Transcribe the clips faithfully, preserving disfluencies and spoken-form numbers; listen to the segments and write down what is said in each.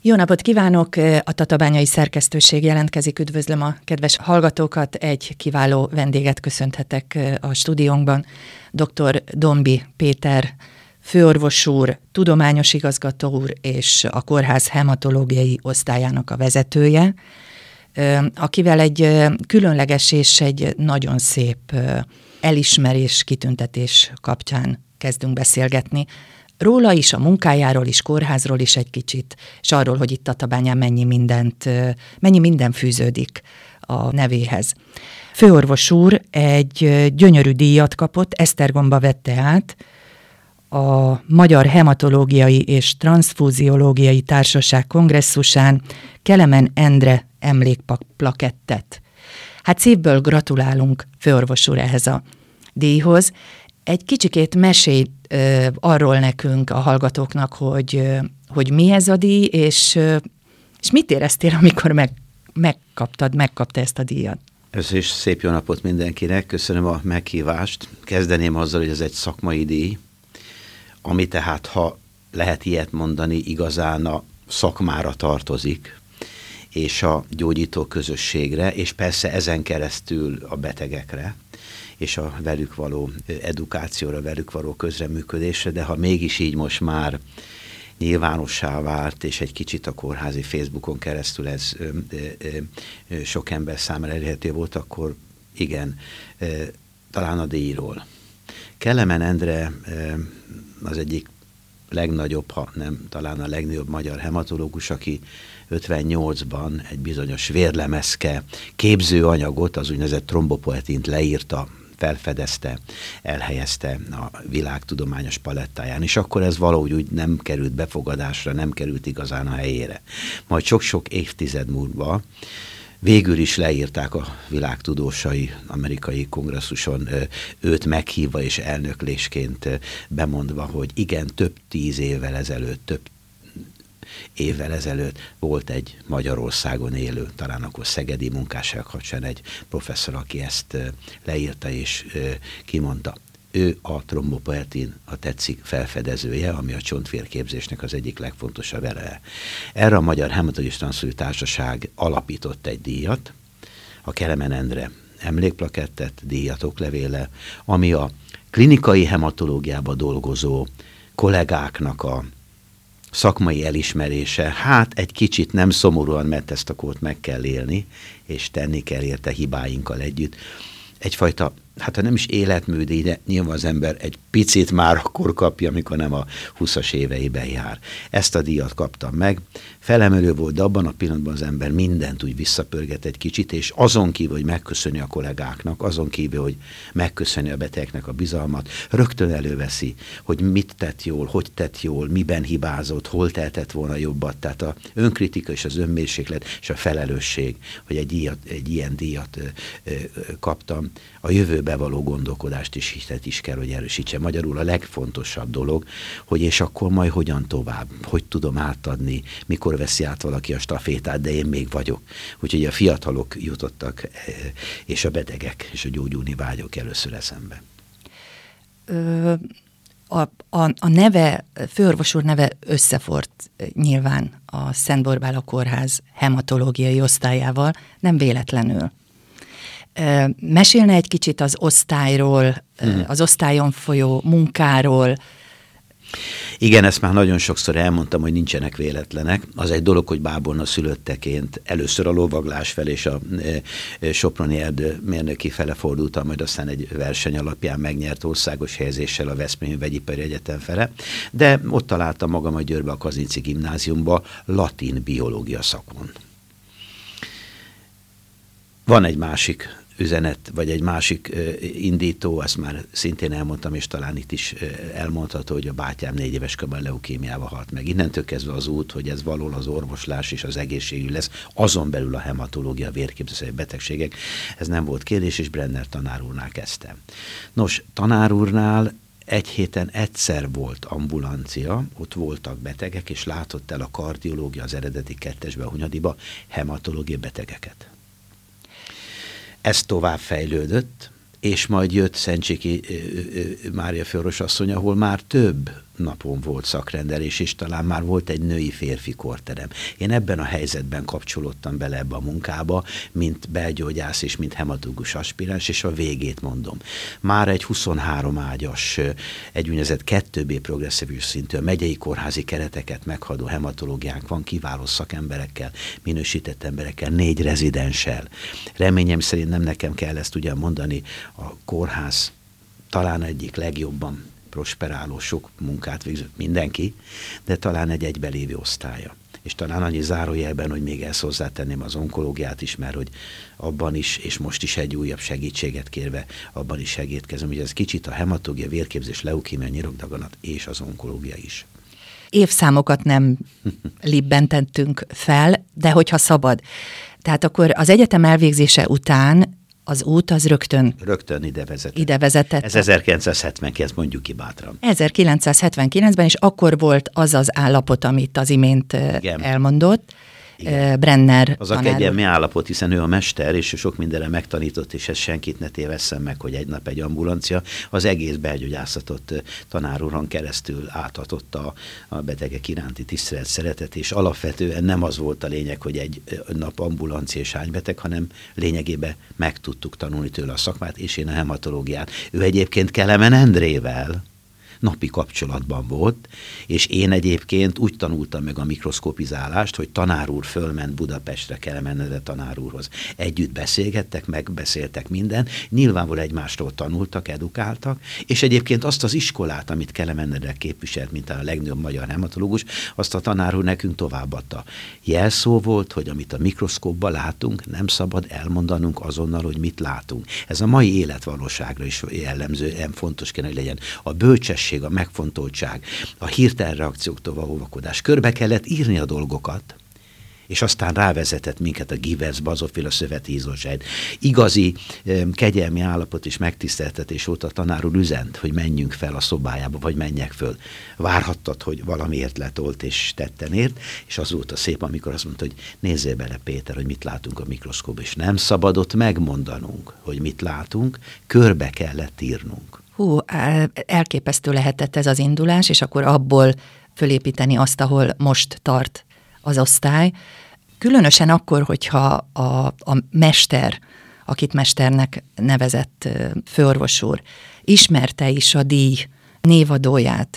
Jó napot kívánok! A tatabányai szerkesztőség jelentkezik. Üdvözlöm a kedves hallgatókat. Egy kiváló vendéget köszönhetek a stúdiónkban. dr. Dombi Péter főorvos úr, tudományos igazgató úr és a kórház hematológiai osztályának a vezetője, akivel egy különleges és egy nagyon szép elismerés, kitüntetés kapcsán kezdünk beszélgetni. Róla is, a munkájáról is, kórházról is egy kicsit, és arról, hogy itt Tatabányán mennyi mindent, mennyi minden fűződik a nevéhez. Főorvos úr egy gyönyörű díjat kapott, Esztergomba vette át, a Magyar Hematológiai és Transzfúziológiai Társaság kongresszusán Kelemen Endre emlékplakettet. Hát szívből gratulálunk, főorvos úr, ehhez a díjhoz. Egy kicsikét mesélj uh, arról nekünk, a hallgatóknak, hogy, uh, hogy mi ez a díj, és, uh, és mit éreztél, amikor meg, megkaptad, megkapta ezt a díjat? Először is szép jó napot mindenkinek, köszönöm a meghívást. Kezdeném azzal, hogy ez egy szakmai díj, ami tehát, ha lehet ilyet mondani, igazán a szakmára tartozik, és a gyógyító közösségre, és persze ezen keresztül a betegekre, és a velük való edukációra, velük való közreműködésre, de ha mégis így most már nyilvánossá vált, és egy kicsit a kórházi Facebookon keresztül ez ö, ö, ö, sok ember számára elérhető volt, akkor igen, ö, talán a díjról. Kelemen Endre ö, az egyik legnagyobb, ha nem talán a legnagyobb magyar hematológus, aki ötvennyolcban egy bizonyos vérlemezke képzőanyagot, az úgynevezett trombopoetint leírta, felfedezte, elhelyezte a világ tudományos palettáján, és akkor ez valahogy úgy nem került befogadásra, nem került igazán a helyére. Majd sok-sok évtized múlva végül is leírták a világ tudósai amerikai kongresszuson őt meghívva és elnöklésként bemondva, hogy igen, több tíz évvel ezelőtt, több évvel ezelőtt volt egy Magyarországon élő, talán akkor szegedi munkásság kapcsán egy professzor, aki ezt leírta és kimondta. Ő a trombopoetin, a tetszik felfedezője, ami a csontvérképzésnek az egyik legfontosabb eleme. Erre a Magyar Hematológiai és Transzfúziológiai Társaság alapított egy díjat, a Kelemen Endre emlékplakettet, díjat, oklevéle, ami a klinikai hematológiában dolgozó kollégáknak a szakmai elismerése, hát egy kicsit nem szomorúan, mert ezt a kót meg kell élni, és tenni kell érte hibáinkkal együtt. Egyfajta, hát ha nem is életműdíj, de nyilván az ember egy picit már akkor kapja, amikor nem a huszas éveiben jár. Ezt a díjat kaptam meg, felemelő volt, de abban a pillanatban az ember mindent úgy visszapörget egy kicsit, és azon kívül, hogy megköszöni a kollégáknak, azon kívül, hogy megköszöni a betegeknek a bizalmat, rögtön előveszi, hogy mit tett jól, hogy tett jól, miben hibázott, hol tehetett volna jobbat. Tehát a önkritika és az önmérséklet és a felelősség, hogy egy, díjat, egy ilyen díjat ö, ö, kaptam, a jövőbe való gondolkodást is hitet is kell, hogy erősítse. Magyarul a legfontosabb dolog, hogy és akkor majd hogyan tovább, hogy tudom átadni, mikor veszi át valaki a stafétát, de én még vagyok. Úgyhogy a fiatalok jutottak, és a betegek, és a gyógyulni vágyok először eszembe. Ö, a, a, a neve, főorvos úr neve összefort nyilván a Szent Borbála Kórház hematológiai osztályával, nem véletlenül. Mesélne egy kicsit az osztályról, mm. az osztályon folyó munkáról. Igen, ezt már nagyon sokszor elmondtam, hogy nincsenek véletlenek. Az egy dolog, hogy Bábolna szülötteként először a lovaglás fel és a e, Soproni erdő mérnöki fele fordultam, majd aztán egy verseny alapján megnyert országos helyezéssel a Veszprémi Vegyipari Egyetem fele, de ott találtam magam a Győrbe a Kazinczy Gimnáziumba latin biológia szakon. Van egy másik üzenet, vagy egy másik uh, indító, azt már szintén elmondtam, és talán itt is uh, elmondható, hogy a bátyám négy éves korban leukémiával halt meg. Innentől kezdve az út, hogy ez való az orvoslás és az egészségügy lesz, azon belül a hematológia, vérképzési betegségek, ez nem volt kérdés, és Brenner tanár úrnál kezdtem. Nos, tanár úrnál egy héten egyszer volt ambulancia, ott voltak betegek, és látott el a kardiológia az eredeti kettesbe, a Hunyadiba hematológia betegeket. Ez tovább fejlődött, és majd jött Szentséki Mária főorvosasszony, ahol már több napon volt szakrendelés, és talán már volt egy női-férfi korterem. Én ebben a helyzetben kapcsolódtam bele ebbe a munkába, mint belgyógyász és mint hematológus aspiráns, és a végét mondom. Már egy huszonhárom ágyas, egy úgynevezett kettő bé progresszív szintű, a megyei kórházi kereteket meghaladó hematológiánk van, kiváló szakemberekkel, minősített emberekkel, négy rezidenssel. Reményem szerint nem nekem kell ezt ugyan mondani, a kórház talán egyik legjobban prosperáló, sok munkát végzett mindenki, de talán egy egybelévő osztálya. És talán annyi zárójelben, hogy még ezt hozzátenném az onkológiát is, mert hogy abban is, és most is egy újabb segítséget kérve, abban is segítkezem, hogy ez kicsit a hematológia, vérképzés, leukémia, nyirokdaganat és az onkológia is. Évszámokat nem libbentettünk fel, de hogyha szabad. Tehát akkor az egyetem elvégzése után az út az rögtön... Rögtön ide vezetett. Ide vezetett. Ez ezerkilencszázhetvenkilenc, mondjuk ki bátran. ezerkilencszázhetvenkilencben, és akkor volt az az állapot, amit az imént Igen. elmondott. Igen. Brenner az a kegyelmi állapot, hiszen ő a mester, és sok mindenre megtanított, és ez senkit ne tévesszem meg, hogy egy nap egy ambulancia az egész belgyógyászatot tanárúron keresztül átadott a, a betegek iránti tisztelet, szeretet, és alapvetően nem az volt a lényeg, hogy egy nap ambulancia és hánybeteg, hanem lényegében meg tudtuk tanulni tőle a szakmát, és én a hematológiát. Ő egyébként Kelemen Endrével napi kapcsolatban volt, és én egyébként úgy tanultam meg a mikroszkopizálást, hogy tanár úr fölment Budapestre, Kelemenre tanár úrhoz. Együtt beszélgettek, megbeszéltek minden, nyilvánvalóan egymástól tanultak, edukáltak, és egyébként azt az iskolát, amit Kelemenre képviselt, mint a legnagyobb magyar hematológus, azt a tanár úr nekünk továbbadta. Jelszó volt, hogy amit a mikroszkópban látunk, nem szabad elmondanunk azonnal, hogy mit látunk. Ez a mai életvalóságra is jellemző, nem fontos kéne, hogy legyen. A bölcsesség, a megfontoltság, a hirtelen reakcióktól való óvakodás. Körbe kellett írni a dolgokat, és aztán rávezetett minket a Givers, bazofil, a szöveti izolsájt. Igazi kegyelmi állapot és megtiszteltetés volt a tanár úr üzent, hogy menjünk fel a szobájába, vagy menjek föl. Várhattad, hogy valamiért letolt és tetten ért, és az volt a szép, amikor azt mondta, hogy nézzél bele, Péter, hogy mit látunk a mikroszkóba, és nem szabadott megmondanunk, hogy mit látunk, körbe kellett írnunk. Hú, elképesztő lehetett ez az indulás, és akkor abból fölépíteni azt, ahol most tart az osztály. Különösen akkor, hogyha a, a mester, akit mesternek nevezett főorvos úr, ismerte is a díj névadóját.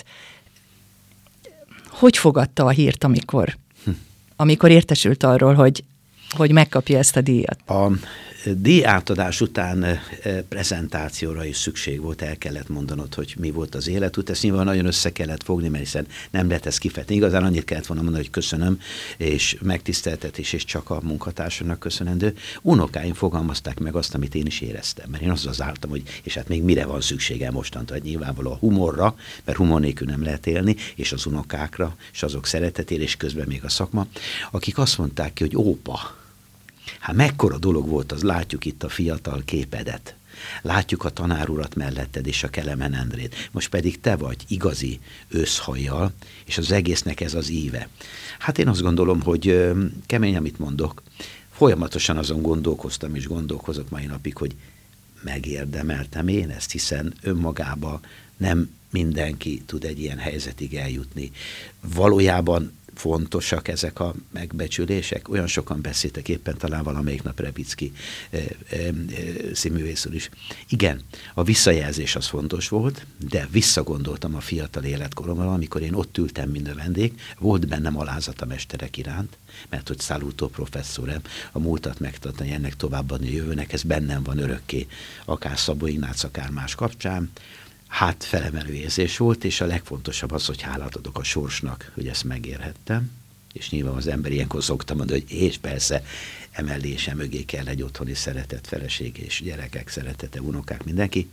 Hogy fogadta a hírt, amikor, amikor értesült arról, hogy, hogy megkapja ezt a díjat? A díjátadás után prezentációra is szükség volt, el kellett mondanod, hogy mi volt az életút. Ezt nyilván nagyon össze kellett fogni, mert hiszen nem lehet ezt kifejteni. Igazán annyit kellett volna mondani, hogy köszönöm, és megtiszteltetés, és csak a munkatársamnak köszönendő. Unokáim fogalmazták meg azt, amit én is éreztem, mert én azzal zártam, hogy és hát még mire van szükségem mostantól, hogy nyilvánvaló a humorra, mert humor nélkül nem lehet élni, és az unokákra, és azok szeretetére, és közben még a szakma, akik azt mondták ki, hogy ópa, hát mekkora dolog volt az, látjuk itt a fiatal képedet. Látjuk a tanár urat melletted és a Kelemen Endrét. Most pedig te vagy igazi őszhajjal, és az egésznek ez az íve. Hát én azt gondolom, hogy kemény, amit mondok. Folyamatosan azon gondolkoztam és gondolkozok mai napig, hogy megérdemeltem én ezt, hiszen önmagában nem mindenki tud egy ilyen helyzetig eljutni. Valójában fontosak ezek a megbecsülések. Olyan sokan beszéltek, éppen talán valamelyik nap Rebicki e, e, e, színművész úr is. Igen, a visszajelzés az fontos volt, de visszagondoltam a fiatal életkoromra, amikor én ott ültem, mint a vendég, volt bennem alázat a mesterek iránt, mert hogy Szalutó professzorem a múltat megtartani, ennek továbbadni a jövőnek, ez bennem van örökké, akár Szabó Ignác, akár más kapcsán. Hát felemelő érzés volt, és a legfontosabb az, hogy hálát adok a sorsnak, hogy ezt megérhettem, és nyilván az ember ilyenkor szoktam mondani, hogy és persze emellé és emögé kell egy otthoni szeretet, feleség és gyerekek szeretete, unokák, mindenki.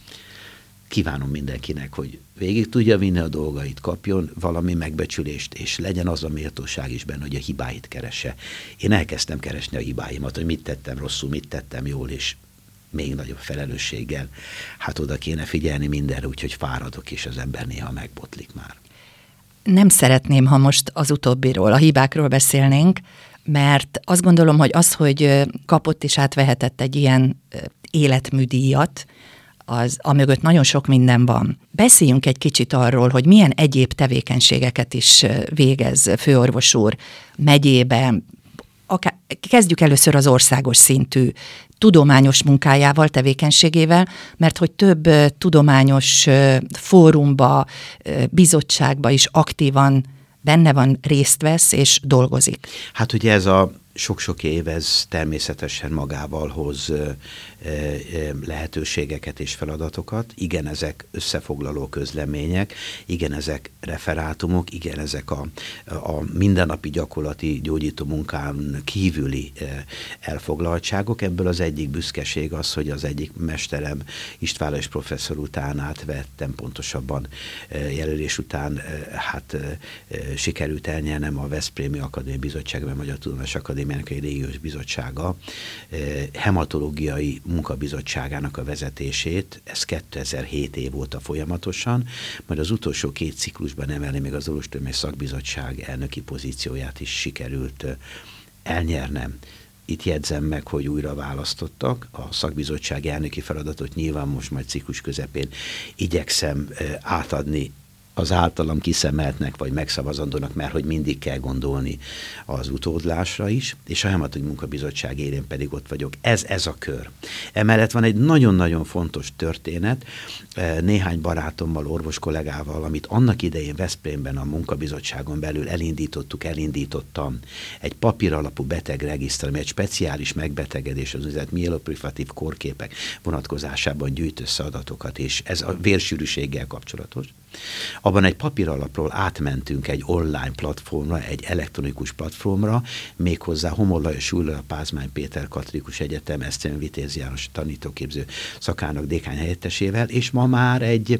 Kívánom mindenkinek, hogy végig tudja vinni a dolgait, kapjon valami megbecsülést, és legyen az a méltóság is benne, hogy a hibáit keresse. Én elkezdtem keresni a hibáimat, hogy mit tettem rosszul, mit tettem jól, és még nagyobb felelősséggel. Hát oda kéne figyelni mindenre, úgyhogy fáradok, és az ember néha megbotlik már. Nem szeretném, ha most az utóbbiról, a hibákról beszélnénk, mert azt gondolom, hogy az, hogy kapott és átvehetett egy ilyen életműdíjat, az, amögött nagyon sok minden van. Beszéljünk egy kicsit arról, hogy milyen egyéb tevékenységeket is végez főorvos úr megyében. Akár, kezdjük először az országos szintű tudományos munkájával, tevékenységével, mert hogy több uh, tudományos uh, fórumba, uh, bizottságba is aktívan benne van, részt vesz és dolgozik. Hát ugye ez a sok-sok év, ez természetesen magával hoz ö, ö, lehetőségeket és feladatokat. Igen, ezek összefoglaló közlemények, igen, ezek referátumok, igen, ezek a, a mindennapi gyakorlati gyógyító munkán kívüli ö, elfoglaltságok. Ebből az egyik büszkeség az, hogy az egyik mesterem István professzor után átvettem, pontosabban ö, jelölés után ö, hát ö, ö, sikerült elnyernem a Veszprémi Akadémiai Bizottságban, Magyar Tudományos Akadémiának egy régiós bizottsága hematológiai munkabizottságának a vezetését, ez kétezer-hét év óta folyamatosan, majd az utolsó két ciklusban emelni még az Orvostudományi Szakbizottság elnöki pozícióját is sikerült elnyernem. Itt jegyzem meg, hogy újra választottak. A szakbizottság elnöki feladatot nyilván most majd ciklus közepén igyekszem átadni az általam kiszemeltnek, vagy megszavazandónak, mert hogy mindig kell gondolni az utódlásra is, és a Hematológiai Munkabizottság élén pedig ott vagyok. Ez, ez a kör. Emellett van egy nagyon-nagyon fontos történet, néhány barátommal, orvos kollégával, amit annak idején Veszprémben a munkabizottságon belül elindítottuk, elindítottam egy papír alapú betegregiszter, ami egy speciális megbetegedés, az úgynevezett mieloprolifatív kórképek vonatkozásában gyűjt össze adatokat, és ez a vérsűrűséggel kapcsolatos. Abban egy papíralapról átmentünk egy online platformra, egy elektronikus platformra, méghozzá Homor Lajos Júlia Pázmány Péter Katolikus Egyetem Esztergom Vitéz János tanítóképző szakának dékány helyettesével, és ma már egy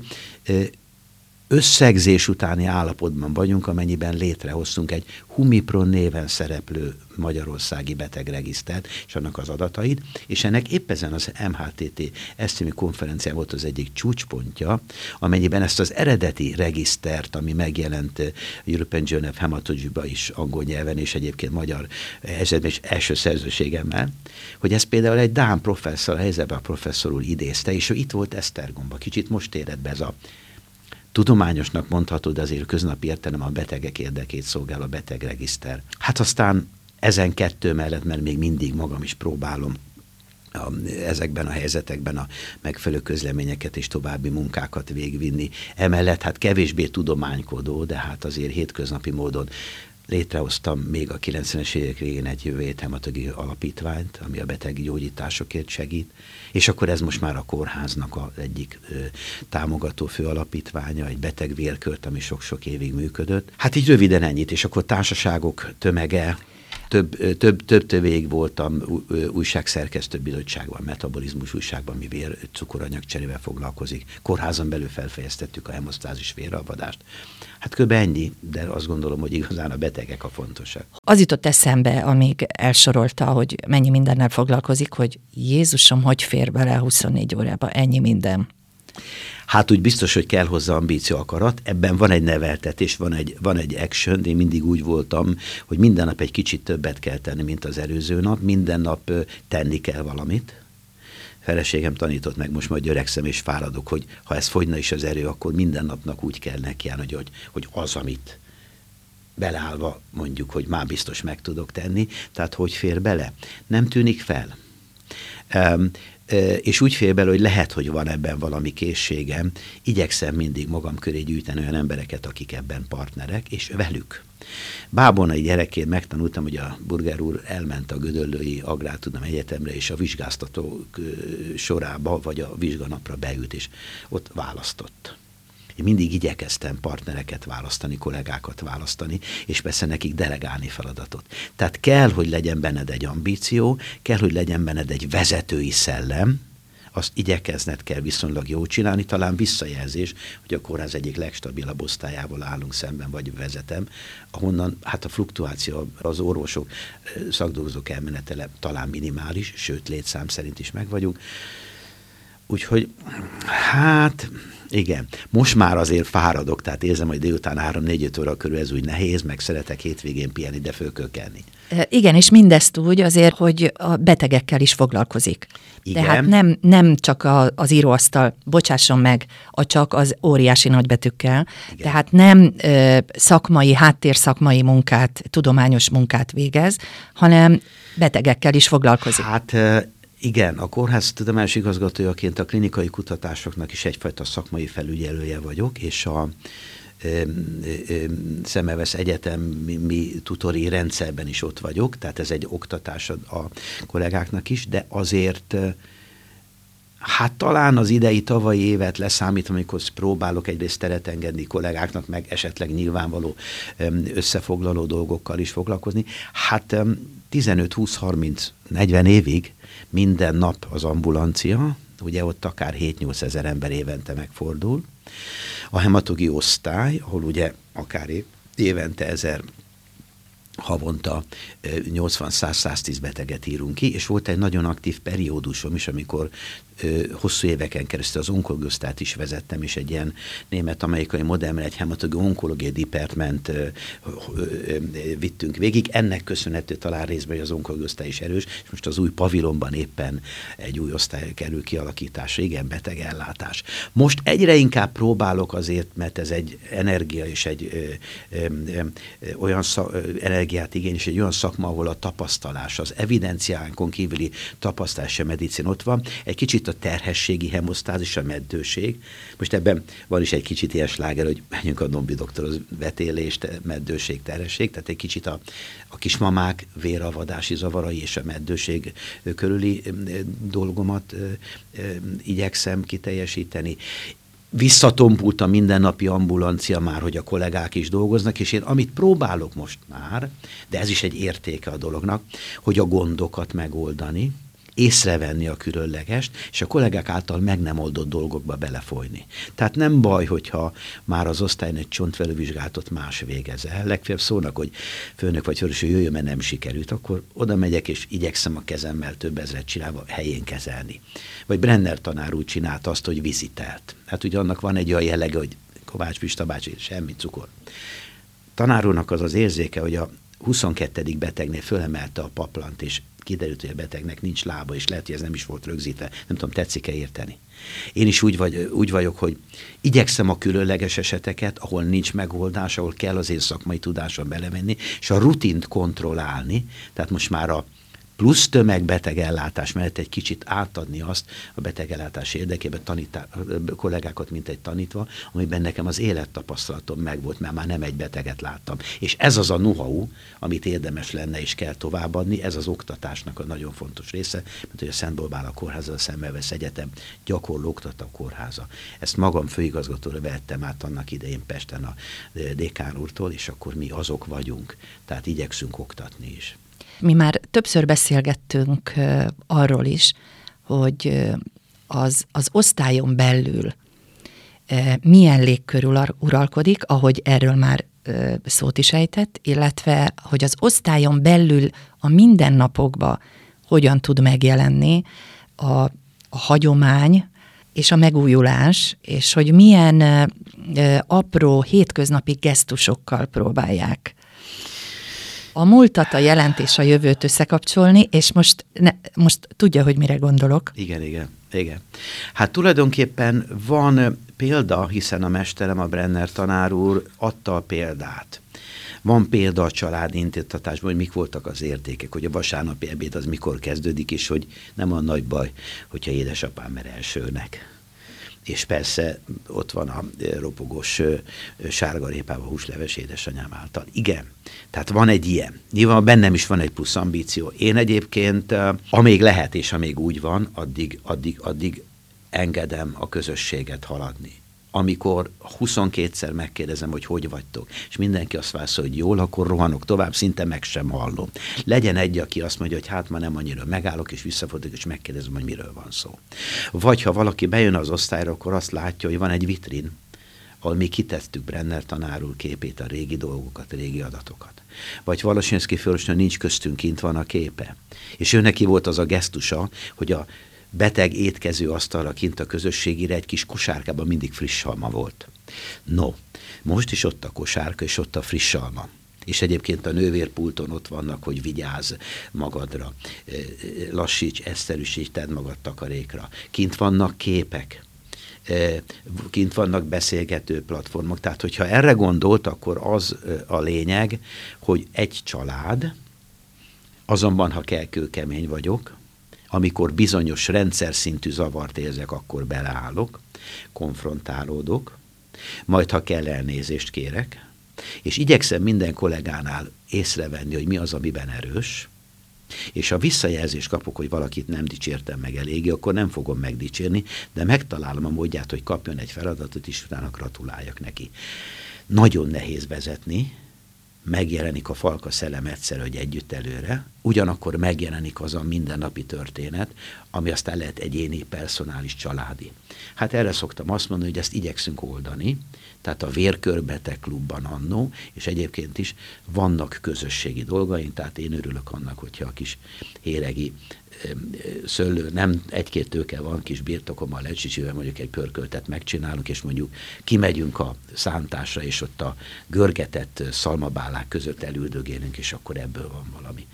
összegzés utáni állapotban vagyunk, amennyiben létrehoztunk egy Humipron néven szereplő magyarországi betegregisztert, és annak az adatait, és ennek épp ezen az em há té té esztémi konferencián volt az egyik csúcspontja, amennyiben ezt az eredeti regisztert, ami megjelent European Journal of Hematology-ba is angol nyelven, és egyébként magyar esetben is első szerzőségemmel, hogy ez például egy dán professzor, Heizelberg professzor úr idézte, és ő itt volt Esztergomba. Kicsit most éred be ez a tudományosnak mondható, de azért köznapi értelem a betegek érdekét szolgál a betegregiszter. Hát aztán ezen kettő mellett, mert még mindig magam is próbálom a, ezekben a helyzetekben a megfelelő közleményeket és további munkákat végvinni. Emellett hát kevésbé tudománykodó, de hát azért hétköznapi módon létrehoztam még a kilencvenes évek végén egy jövő hematológiai alapítványt, ami a betegi gyógyításokért segít, és akkor ez most már a kórháznak az egyik ö, támogató fő alapítványa, egy beteg vérkört, ami sok-sok évig működött. Hát így röviden ennyit, és akkor társaságok tömege, több, több, több tövég voltam újságszerkesztő bizottságban, metabolizmus újságban, ami vér cukoranyag cserével foglalkozik. Kórházon belül felfejeztettük a hemosztázis véralvadást. Hát kb. Ennyi, de azt gondolom, hogy igazán a betegek a fontosak. Az jutott eszembe, amíg elsorolta, hogy mennyi mindennel foglalkozik, hogy Jézusom, hogy fér bele huszonnégy órába ennyi minden. Hát úgy biztos, hogy kell hozzá ambíció, akarat, ebben van egy neveltetés, van egy, van egy action, én mindig úgy voltam, hogy minden nap egy kicsit többet kell tenni, mint az előző nap, minden nap tenni kell valamit. Feleségem tanított meg, most majd öregszem és fáradok, hogy ha ez fogyna is az erő, akkor minden napnak úgy kell nekiállni, hogy, hogy az, amit beleállva mondjuk, hogy már biztos meg tudok tenni, tehát hogy fér bele? Nem tűnik fel. Um, és úgy fél bele, hogy lehet, hogy van ebben valami készségem, igyekszem mindig magam köré gyűjteni olyan embereket, akik ebben partnerek, és velük. Bábonai gyerekként megtanultam, hogy a Burger úr elment a Gödöllői Agrártudományi Egyetemre, és a vizsgáztatók sorába, vagy a vizsganapra beült, és ott választott. Én mindig igyekeztem partnereket választani, kollégákat választani, és persze nekik delegálni feladatot. Tehát kell, hogy legyen benned egy ambíció, kell, hogy legyen benned egy vezetői szellem, azt igyekezned kell viszonylag jól csinálni, talán visszajelzés, hogy a kórház egyik legstabilabb osztályával állunk szemben, vagy vezetem, ahonnan hát a fluktuáció, az orvosok, szakdolgozók elmenetele talán minimális, sőt létszám szerint is meg vagyunk. úgyhogy hát igen, most már azért fáradok, tehát érzem, hogy délután három-négy-öt óra körül ez úgy nehéz, meg szeretek hétvégén pihenni, de föl kell kelni. Igen, és mindezt úgy azért, hogy a betegekkel is foglalkozik. Igen. Tehát nem, nem csak a, az íróasztal, bocsásson meg, a csak az óriási nagybetűkkel. Igen. Tehát nem ö, szakmai, háttérszakmai munkát, tudományos munkát végez, hanem betegekkel is foglalkozik. Hát igen, a kórház tudományos igazgatójaként a klinikai kutatásoknak is egyfajta szakmai felügyelője vagyok, és a Szemmelweis egyetemi tutori rendszerben is ott vagyok, tehát ez egy oktatás a kollégáknak is, de azért hát talán az idei tavalyi évet leszámít, amikor próbálok egyrészt teret engedni kollégáknak, meg esetleg nyilvánvaló összefoglaló dolgokkal is foglalkozni. Hát tizenöt, húsz, harminc, negyven évig minden nap az ambulancia, ugye ott akár hét-nyolc ezer ember évente megfordul. A hematológiai osztály, ahol ugye akár évente ezer, havonta nyolcvan-száz-száztíz beteget írunk ki, és volt egy nagyon aktív periódusom is, amikor ö, hosszú éveken keresztül az onkológiai osztályt is vezettem, és egy ilyen német-amerikai modellben egy hematológiai onkológiai department ö, ö, ö, vittünk végig. Ennek köszönhető talán részben, hogy az onkológiai osztály is erős, és most az új pavilonban éppen egy új osztály kerül kialakításra. Igen, betegellátás. Most egyre inkább próbálok azért, mert ez egy energia és egy ö, ö, ö, olyan szak, ö, energiát igény, és egy olyan szakma, ahol a tapasztalás, az evidenciánkon kívüli tapasztalás a medicin ott van, egy kicsit a terhességi hemosztázis, a meddőség. Most ebben van is egy kicsit ilyen sláger, hogy menjünk a Dombi doktorhoz, vetélést, meddőség, terhesség, tehát egy kicsit a, a kismamák véravadási zavarai és a meddőség körüli dolgomat igyekszem kiteljesíteni. Visszatompult a mindennapi ambulancia már, hogy a kollégák is dolgoznak, és én amit próbálok most már, de ez is egy értéke a dolognak, hogy a gondokat megoldani, észrevenni a különlegest, és a kollégák által meg nem oldott dolgokba belefolyni. Tehát nem baj, hogyha már az osztályon egy csontvelővizsgálatot más végez el. Legfeljebb szólnak, hogy főnök vagy főnök, hogy jöjjön, mert nem sikerült, akkor oda megyek, és igyekszem a kezemmel több ezret csinálva helyén kezelni. Vagy Brenner tanár úgy csinált azt, hogy vizitelt. Hát ugye annak van egy olyan jellege, hogy Kovács Pista bácsi, semmi cukor. Tanár úrnak az az érzéke, hogy a huszonkettedik betegnél fölemelte a paplant, és kiderült, hogy a betegnek nincs lába, és lehet, hogy ez nem is volt rögzítve. Nem tudom, tetszik-e érteni. Én is úgy, vagy, úgy vagyok, hogy igyekszem a különleges eseteket, ahol nincs megoldás, ahol kell az én szakmai tudásom belevenni, és a rutint kontrollálni, tehát most már a plusz tömegbetegellátás mellett egy kicsit átadni azt a betegellátás érdekében tanítá, kollégákat, mint egy tanítva, amiben nekem az élettapasztalatom megvolt, mert már nem egy beteget láttam. És ez az a know-how, amit érdemes lenne és kell továbbadni, ez az oktatásnak a nagyon fontos része, mert hogy a Szent Borbála kórháza, a Szemmelweis Egyetem gyakorló oktató kórháza. Ezt magam főigazgatóra vettem át annak idején Pesten a dékán úrtól, és akkor mi azok vagyunk, tehát igyekszünk oktatni is. Mi már többször beszélgettünk uh, arról is, hogy uh, az, az osztályon belül uh, milyen légkör uralkodik, ahogy erről már uh, szót is ejtett, illetve hogy az osztályon belül a mindennapokban hogyan tud megjelenni a, a hagyomány és a megújulás, és hogy milyen uh, uh, apró hétköznapi gesztusokkal próbálják a múltat, a jelent és a jövőt összekapcsolni, és most, ne, most tudja, hogy mire gondolok. Igen, igen, igen. Hát tulajdonképpen van példa, hiszen a mesterem, a Brenner tanár úr adta a példát. Van példa a családi intéztatásban, hogy mik voltak az értékek, hogy a vasárnapi ebéd az mikor kezdődik, és hogy nem a nagy baj, hogyha édesapám mer elsőnek. És persze ott van a ropogós sárgarépával húsleves édesanyám által. Igen, tehát van egy ilyen. Nyilván bennem is van egy plusz ambíció. Én egyébként, amíg lehet és amíg úgy van, addig, addig, addig engedem a közösséget haladni. Amikor huszonkétszer megkérdezem, hogy hogy vagytok, és mindenki azt válaszol, hogy jól, akkor rohanok tovább, szinte meg sem hallom. Legyen egy, aki azt mondja, hogy hát ma nem annyira, megállok, és visszafordulok, és megkérdezem, hogy miről van szó. Vagy ha valaki bejön az osztályra, akkor azt látja, hogy van egy vitrin, ahol mi kitettük Brenner tanár úr képét, a régi dolgokat, a régi adatokat. Vagy Valasinszky főorvosnő nincs köztünk, kint van a képe. És ő neki volt az a gesztusa, hogy a beteg étkező asztalra kint a közösségire egy kis kosárkában mindig friss alma volt. No, most is ott a kosárka, és ott a friss alma. És egyébként a nővérpulton ott vannak, hogy vigyázz magadra, lassíts, egyszerűsíts, tedd magad takarékra. Kint vannak képek, kint vannak beszélgető platformok. Tehát, hogyha erre gondolt, akkor az a lényeg, hogy egy család, azonban, ha kell, kőkemény vagyok, amikor bizonyos rendszer szintű zavart érzek, akkor beleállok, konfrontálódok, majd, ha kell, elnézést kérek, és igyekszem minden kollégánál észrevenni, hogy mi az, amiben erős, és ha visszajelzést kapok, hogy valakit nem dicsértem meg eléggé, akkor nem fogom megdicsérni, de megtalálom a módját, hogy kapjon egy feladatot, és utána gratuláljak neki. Nagyon nehéz vezetni, megjelenik a falka szellem egyszer, hogy együtt előre, ugyanakkor megjelenik az a mindennapi történet, ami aztán lehet egyéni, personális, családi. Hát erre szoktam azt mondani, hogy ezt igyekszünk oldani, tehát a Vérkörbeteg klubban annó, és egyébként is vannak közösségi dolgaink, tehát én örülök annak, hogyha a kis héregi szőlő, nem egy-két tőke van, kis birtokommal, lecsicsivel mondjuk egy pörköltet megcsinálunk, és mondjuk kimegyünk a szántásra, és ott a görgetett szalmabálák között elüldögélünk, és akkor ebből van valami.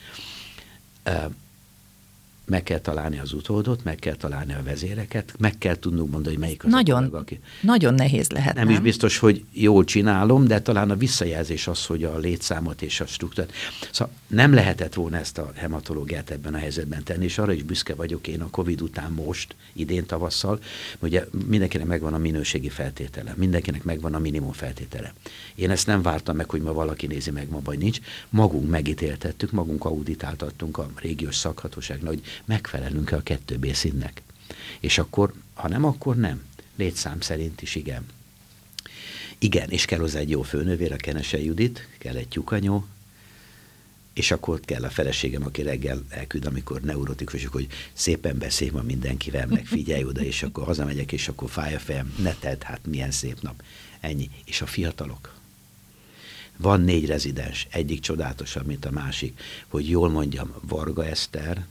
Meg kell találni az utódot, meg kell találni a vezéreket, meg kell tudnunk mondani, hogy melyik az nagyon, a kollega, aki... Nagyon nehéz lehet, nem, nem is biztos, hogy jól csinálom, de talán a visszajelzés az, hogy a létszámot és a struktúrát. Szóval nem lehetett volna ezt a hematológiát ebben a helyzetben tenni, és arra is büszke vagyok én a Covid után most, idén tavasszal, ugye mindenkinek megvan a minőségi feltétele, mindenkinek megvan a minimum feltétele. Én ezt nem vártam meg, hogy ma valaki nézi meg, ma vagy nincs. Magunk megítéltettük, magunk auditáltattunk a régiós szakhatóságnál, hogy megfelelünk-e a kettő bé színnek. És akkor, ha nem, akkor nem. Létszám szerint is igen. Igen, és kell hozzá egy jó főnővér, a Kenese Judit, kell egy tyúkanyó, és akkor kell a feleségem, aki reggel elküld, amikor neurotikus, hogy szépen beszélj ma mindenkivel, meg figyelj oda, és akkor hazamegyek, és akkor fáj a fejem, ne tedd, hát milyen szép nap. Ennyi. És a fiatalok. Van négy rezidens, egyik csodálatosabb, mint a másik, hogy jól mondjam, Varga Eszter,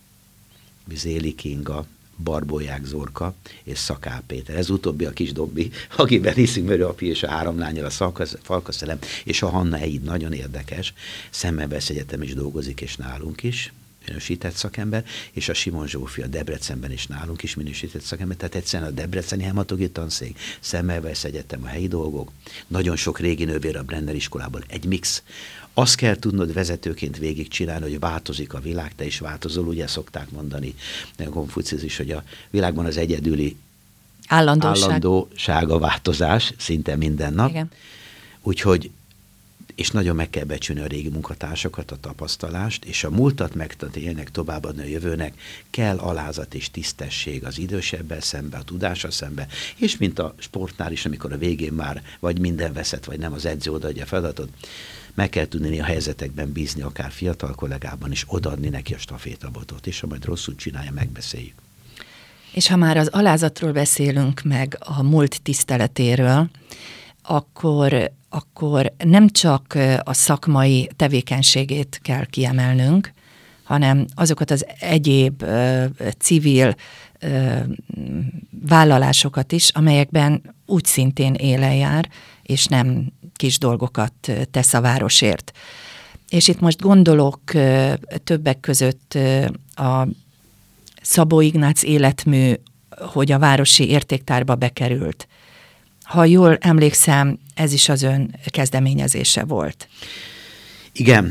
Vizéli Kinga, Barbolyák Zorka és Szakál Péter. Ez utóbbi a kis Dobbi, akiben hiszünk, mert api és a három lányal a Falkaszellem, és a Hanna Eid nagyon érdekes. Szemmelweis Egyetem is dolgozik, és nálunk is, minősített szakember, és a Simon Zsófi a Debrecenben is nálunk is minősített szakember, tehát egyszerűen a Debreceni hematológiai tanszék, Szemmelweis Egyetem, a helyi dolgok, nagyon sok régi nővér a Brenner iskolából, egy mix. Azt kell tudnod vezetőként végigcsinálni, hogy változik a világ, te is változol, ugye szokták mondani Konfuciusz is, hogy a világban az egyedüli állandóság, állandóság a változás, szinte minden nap. Igen. Úgyhogy, és nagyon meg kell becsülni a régi munkatársakat, a tapasztalást, és a múltat megtanulnak, továbbadni a jövőnek, kell alázat és tisztesség az idősebbel szembe, a tudással szembe, és mint a sportnál is, amikor a végén már vagy minden veszett, vagy nem, az edző odaadja a feladatot, meg kell tudni a helyzetekben bízni, akár fiatal kollégában is, odaadni neki a stafétabotot, és ha majd rosszul csinálja, megbeszéljük. És ha már az alázatról beszélünk meg, a múlt tiszteletéről, akkor, akkor nem csak a szakmai tevékenységét kell kiemelnünk, hanem azokat az egyéb uh, civil uh, vállalásokat is, amelyekben úgy szintén élen jár, és nem kis dolgokat tesz a városért. És itt most gondolok uh, többek között uh, a Szabó Ignác életmű, hogy a városi értéktárba bekerült. Ha jól emlékszem, ez is az ön kezdeményezése volt. Igen,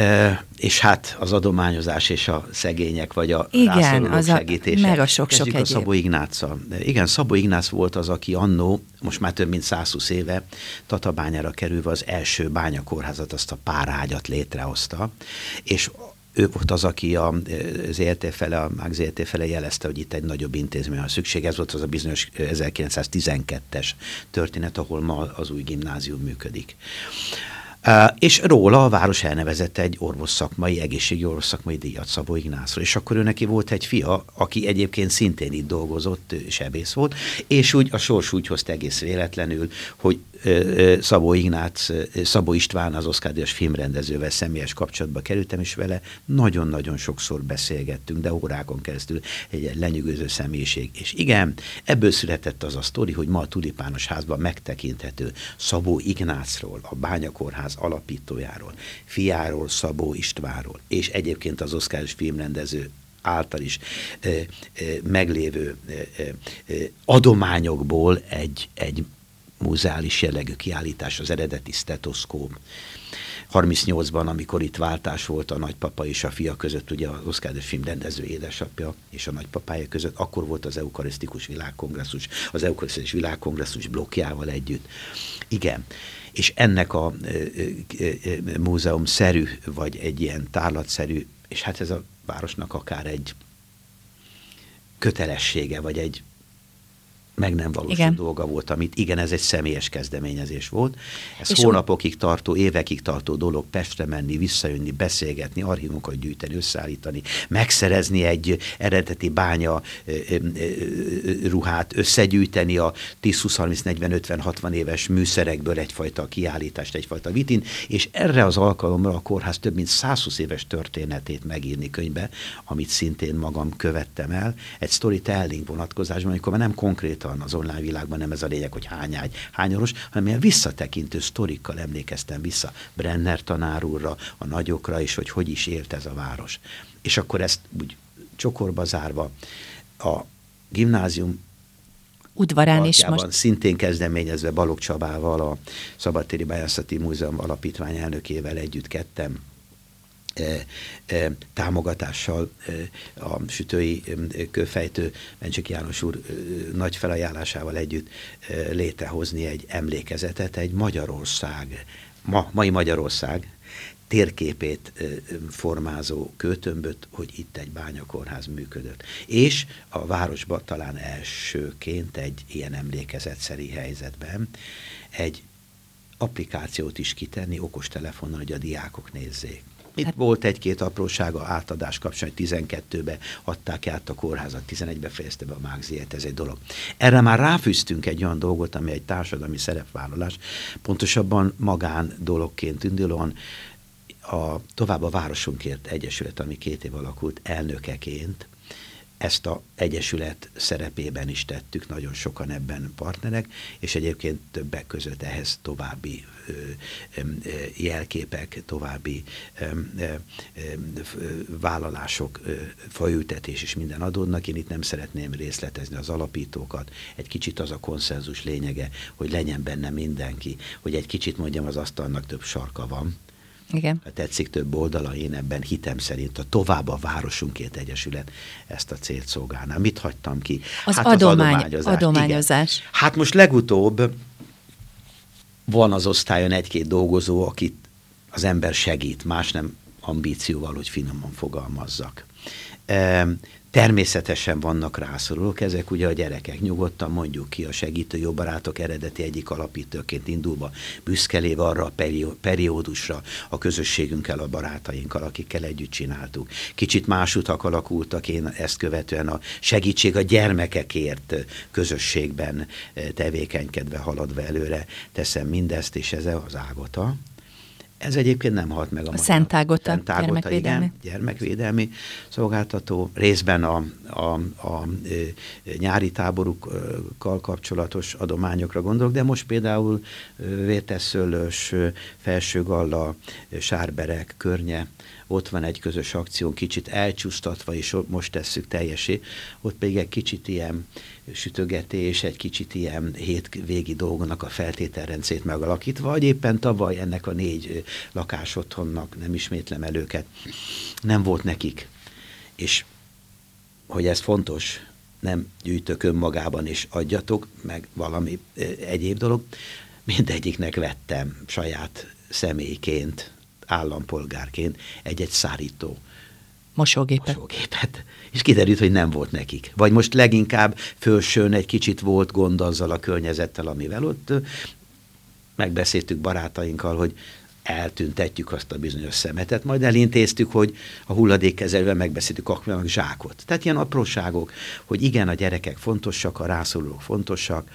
és hát az adományozás és a szegények, vagy a igen, rászorulók az a, segítése. meg a sok-sok egyéb. a Szabó Ignáccal. Igen, Szabó Ignác volt az, aki annó, most már több mint százhúsz éve, Tatabányára kerülve az első bányakórházat, azt a párágyat létrehozta, és ő volt az, aki a zé er té fele, a MÁG zé er té fele jelezte, hogy itt egy nagyobb intézmény van szükség. Ez volt az a bizonyos ezerkilencszáztizenkettes történet, ahol ma az új gimnázium működik. Uh, és róla a város elnevezett egy orvosszakmai, egészségi orvosszakmai díjat Szabó Ignácról. És akkor ő neki volt egy fia, aki egyébként szintén itt dolgozott, sebész volt, és úgy a sors úgy hozta egész véletlenül, hogy Szabó Ignác, Szabó István, az Oscar-díjas filmrendezővel személyes kapcsolatba kerültem, és vele nagyon-nagyon sokszor beszélgettünk, de órákon keresztül egy lenyűgöző személyiség. És igen, ebből született az a sztori, hogy ma a Tulipános Házban megtekinthető Szabó Ignácról, a Bányakórház alapítójáról, fiáról, Szabó Istvánról, és egyébként az Oscar-díjas filmrendező által is e, e, meglévő e, e, adományokból egy, egy múzeális jellegű kiállítás, az eredeti stetoszkóp. harmincnyolcban, amikor itt váltás volt a nagypapa és a fia között, ugye az Oscar-díjas filmrendező édesapja és a nagypapája között, akkor volt az eukarisztikus világkongresszus, az eukarisztikus világkongresszus blokkjával együtt. Igen. És ennek a e, e, múzeumszerű, vagy egy ilyen tárlatszerű, és hát ez a városnak akár egy kötelessége, vagy egy meg nem valósul dolga volt, amit igen, ez egy személyes kezdeményezés volt. Ez és hónapokig tartó, évekig tartó dolog, Pestre menni, visszajönni, beszélgetni, archívumokat gyűjteni, összeállítani, megszerezni egy eredeti bánya ruhát, összegyűjteni a tíz, húsz, harminc, negyven, ötven, hatvan éves műszerekből egyfajta kiállítást, egyfajta vitin, és erre az alkalomra a kórház több mint százhúsz éves történetét megírni könyvbe, amit szintén magam követtem el, egy storytelling vonatkozásban, amikor már nem konkrétan az online világban nem ez a lényeg, hogy hány ágy, hány orvos, hanem ilyen visszatekintő sztorikkal emlékeztem vissza Brenner tanár úrra, a nagyokra is, hogy hogy is élt ez a város. És akkor ezt úgy csokorba zárva a gimnázium udvarán is most. Szintén kezdeményezve Balogh Csabával, a Szabadtéri Bányászati Múzeum alapítvány elnökével együtt kettem, E, e, támogatással e, a sütői e, kőfejtő Bencsik János úr e, nagy felajánlásával együtt e, létrehozni egy emlékezetet, egy Magyarország, ma, mai Magyarország térképét e, formázó kőtömböt, hogy itt egy bányakórház működött. És a városban talán elsőként egy ilyen emlékezetszeri helyzetben egy applikációt is kitenni okostelefonon, hogy a diákok nézzék. Itt hát volt egy-két aprósága átadás kapcsán, hogy tizenkettőbe adták át a kórházat, tizenegybe fejezte be a Mágziet, ez egy dolog. Erre már ráfűztünk egy olyan dolgot, ami egy társadalmi szerepvállalás, pontosabban magán dologként indulóan a Tovább a Városunkért Egyesület, ami két év alakult elnökeként, ezt a egyesület szerepében is tettük, nagyon sokan ebben partnerek, és egyébként többek között ehhez további ö, ö, jelképek, további ö, ö, ö, vállalások, ö, faültetés és minden adódnak. Én itt nem szeretném részletezni az alapítókat. Egy kicsit az a konszenzus lényege, hogy legyen benne mindenki, hogy egy kicsit mondjam, az asztalnak több sarka van. Igen. Ha tetszik több oldala, én ebben hitem szerint a Tovább a Városunkért Egyesület ezt a célt szolgálná. Mit hagytam ki? Az, hát adomány, az adományozás. adományozás. Hát most legutóbb van az osztályon egy-két dolgozó, akit az ember segít, más nem ambícióval, hogy finoman fogalmazzak. Természetesen vannak rászorulók, ezek ugye a gyerekek, nyugodtan mondjuk ki, a Segítő Jó Barátok eredeti egyik alapítóként indulva, büszkeléve arra a periódusra a közösségünkkel, a barátainkkal, akikkel együtt csináltuk. Kicsit más utak alakultak, én ezt követően a Segítség a gyermekekért közösségben tevékenykedve, haladva előre teszem mindezt, és ez az Ágota. Ez egyébként nem halt meg a, a Szent Ágota, Szent Ágota, gyermekvédelmi. Igen, gyermekvédelmi szolgáltató, részben a, a, a, a nyári táborukkal kapcsolatos adományokra gondolok, de most például Vértesszőlős, Felsőgalla, Sárbereg, Környe, ott van egy közös akció, kicsit elcsúsztatva, és most tesszük teljesé, ott pedig egy kicsit ilyen sütögetés, egy kicsit ilyen hétvégi dolgonak a feltételrendszét megalakítva, vagy éppen tavaly ennek a négy lakásotthonnak, nem ismétlem el őket, nem volt nekik. És hogy ez fontos, nem gyűjtök önmagában és adjatok, meg valami egyéb dolog, mindegyiknek vettem saját személyként, állampolgárként egy-egy szárító mosógépet. mosógépet. És kiderült, hogy nem volt nekik. Vagy most leginkább fölsőn egy kicsit volt gond azzal a környezettel, amivel ott megbeszéltük barátainkkal, hogy eltüntetjük azt a bizonyos szemetet, majd elintéztük, hogy a hulladékkezelővel megbeszéltük a zsákot. Tehát ilyen apróságok, hogy igen, a gyerekek fontosak, a rászorulók fontosak,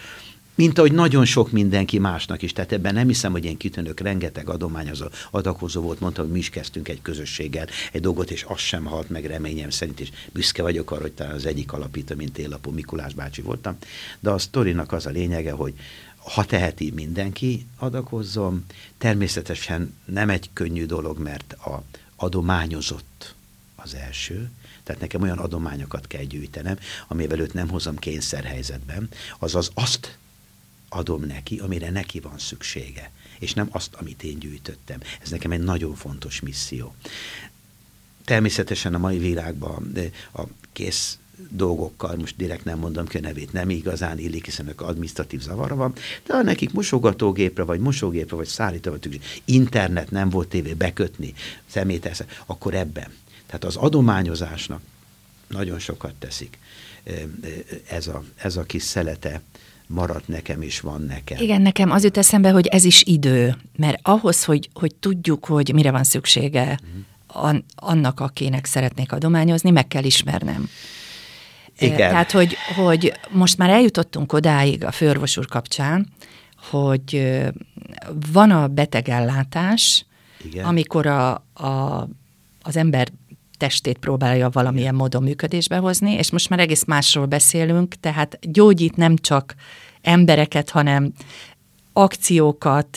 mint ahogy nagyon sok mindenki másnak is. Tehát ebben nem hiszem, hogy én kitűnök, rengeteg adományozó, adakozó volt, mondta, hogy mi is kezdtünk egy közösséggel egy dolgot, és az sem halt meg reményem szerint, és büszke vagyok arra, hogy talán az egyik alapító, mint Télapó Mikulás bácsi voltam. De a sztorinak az a lényege, hogy ha teheti, mindenki adakozzon. Természetesen nem egy könnyű dolog, mert a adományozott az első, tehát nekem olyan adományokat kell gyűjtenem, amivel őt nem hozom kényszerhelyzetben, azaz azt adom neki, amire neki van szüksége, és nem azt, amit én gyűjtöttem. Ez nekem egy nagyon fontos misszió. Természetesen a mai világban a kész dolgokkal, most direkt nem mondom ki a nevét, nem igazán illik, hiszen ők adminisztratív zavarra van, de ha nekik mosogatógépre, vagy mosógépre, vagy szállító, vagy internet, nem volt tévé, bekötni, személyt, akkor ebben. Tehát az adományozásnak nagyon sokat teszik. Ez a, ez a kis szelete maradt nekem, és van nekem. Igen, nekem az jut eszembe, hogy ez is idő, mert ahhoz, hogy, hogy tudjuk, hogy mire van szüksége mm. annak, akinek szeretnék adományozni, meg kell ismernem. Igen. Tehát, hogy, hogy most már eljutottunk odáig a főorvos úr kapcsán, hogy van a betegellátás, igen. amikor a, a, az ember testét próbálja valamilyen igen. módon működésbe hozni, és most már egész másról beszélünk, tehát gyógyít nem csak embereket, hanem akciókat,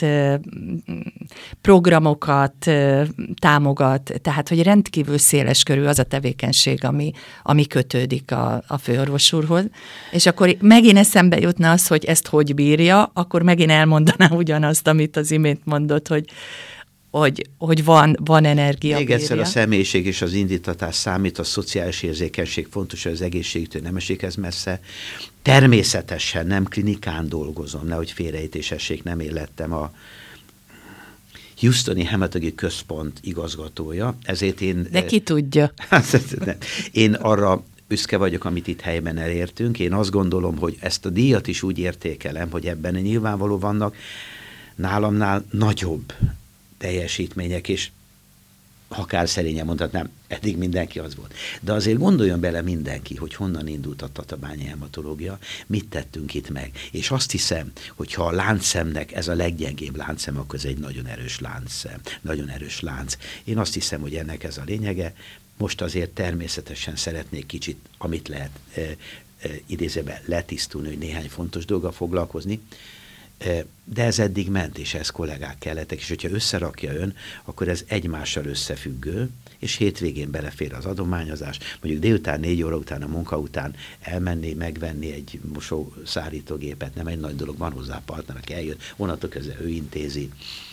programokat támogat, tehát hogy rendkívül széles körű az a tevékenység, ami, ami kötődik a, a főorvos úrhoz. És akkor megint eszembe jutna az, hogy ezt hogy bírja, akkor megint elmondaná ugyanazt, amit az imént mondott, hogy hogy, hogy van, van energia. Még egyszer a személyiség és az indítatás számít, a szociális érzékenység fontos, hogy az egészségtől nem esik ez messze. Természetesen nem klinikán dolgozom, nehogy félreértésessék, nem élettem a Houstoni Hematológiai Központ igazgatója, ezért én... De ki tudja? Én arra büszke vagyok, amit itt helyben elértünk. Én azt gondolom, hogy ezt a díjat is úgy értékelem, hogy ebben nyilvánvaló vannak nálamnál nagyobb teljesítmények, és akár szerényen mondhatnám, eddig mindenki az volt. De azért gondoljon bele mindenki, hogy honnan indult a tatabányi hematológia, mit tettünk itt meg. És azt hiszem, hogyha a láncszemnek ez a leggyengébb láncszem, akkor ez egy nagyon erős láncszem, nagyon erős lánc. Én azt hiszem, hogy ennek ez a lényege. Most azért természetesen szeretnék kicsit, amit lehet e, e, idézőben letisztulni, hogy néhány fontos dolga foglalkozni, de ez eddig ment, és ez kollégák kellettek, és hogyha összerakja ön, akkor ez egymással összefüggő, és hétvégén belefér az adományozás, mondjuk délután négy óra után, a munka után elmenni, megvenni egy mosószárítógépet, nem egy nagy dolog, van hozzá partner, aki eljön, onnantól kezdve ő intézi.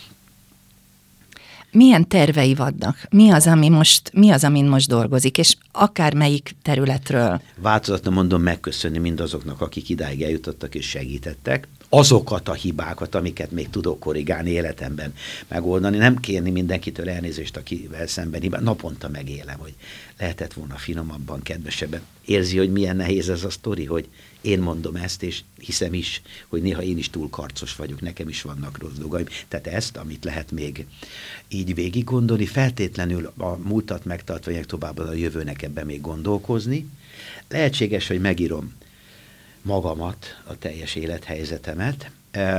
Milyen tervei vannak? Mi az, ami most, mi az, amin most dolgozik, és akármelyik területről? Változatlan mondom megköszönni mindazoknak, akik idáig eljutottak és segítettek, azokat a hibákat, amiket még tudok korrigálni életemben megoldani. Nem kérni mindenkitől elnézést, akivel szemben hibá. Naponta megélem, hogy lehetett volna finomabban, kedvesebben. Érzi, hogy milyen nehéz ez a sztori, hogy én mondom ezt, és hiszem is, hogy néha én is túl karcos vagyok, nekem is vannak rossz dolgaim. Tehát ezt, amit lehet még így végig gondolni, feltétlenül a múltat megtartva, vagy tovább a jövőnek ebben még gondolkozni. Lehetséges, hogy megírom magamat, a teljes élethelyzetemet.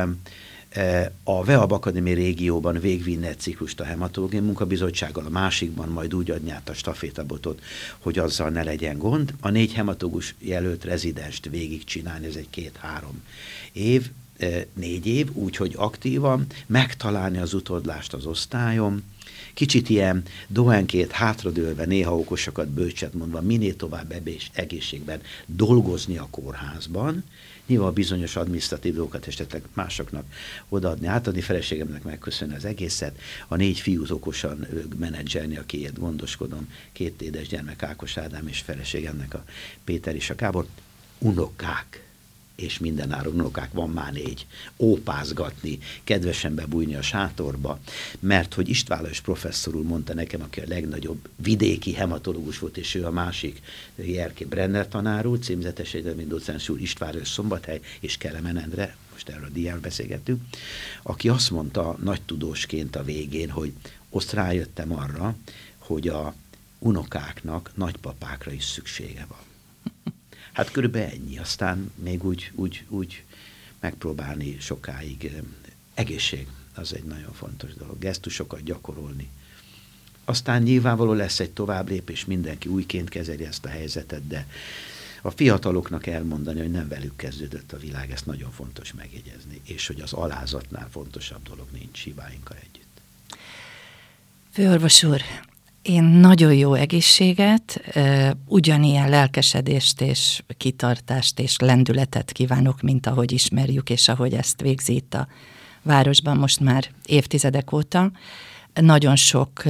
A VEAB Akadémia régióban végvinne egy ciklust a hematológiai munkabizottsággal, a másikban majd úgy adni át a stafétabotot, hogy azzal ne legyen gond. A négy hematológus jelölt rezidenst végigcsinálni, ez egy két-három év, négy év, úgyhogy aktívan, megtalálni az utódlást az osztályom, kicsit ilyen dohenkét hátradőlve, néha okosakat, bölcset mondva, minél tovább egészségben dolgozni a kórházban, nyilván bizonyos adminisztratív dolgokat esetleg másoknak odaadni, átadni, feleségemnek megköszönni az egészet, a négy fiút okosan menedzselni, akiért gondoskodom, két édesgyermek, Ákos Ádám és feleségemnek a Péter és a Kábor, unokák, és mindenáron unokák, van már négy, ópázgatni, kedvesen bebújni a sátorba, mert hogy István Lajos professzor úr mondta nekem, aki a legnagyobb vidéki hematológus volt, és ő a másik, Jerké Brenner tanár úr, címzetes egyetemin docens úr, István Lajos Szombathely és Kelemen Endre, most erről a díjáról beszélgettünk, aki azt mondta nagy tudósként a végén, hogy azt rájöttem arra, hogy a unokáknak nagypapákra is szüksége van. Hát körülbelül ennyi, aztán még úgy, úgy, úgy megpróbálni sokáig. Egészség, az egy nagyon fontos dolog. Gesztusokat gyakorolni. Aztán nyilvánvaló lesz egy továbblépés, mindenki újként kezeli ezt a helyzetet, de a fiataloknak elmondani, hogy nem velük kezdődött a világ, ezt nagyon fontos megjegyezni, és hogy az alázatnál fontosabb dolog nincs, hibáinkkal együtt. Főorvos úr, én nagyon jó egészséget, ugyanilyen lelkesedést és kitartást és lendületet kívánok, mint ahogy ismerjük, és ahogy ezt végzi itt a városban most már évtizedek óta. Nagyon sok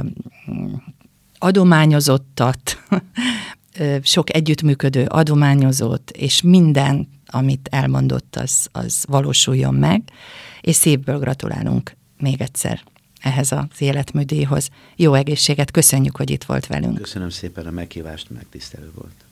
adományozottat, sok együttműködő adományozót, és minden, amit elmondott, az, az valósuljon meg, és szívből gratulálunk még egyszer ehhez az életműdíjhoz. Jó egészséget, köszönjük, hogy itt volt velünk. Köszönöm szépen a meghívást, megtisztelő volt.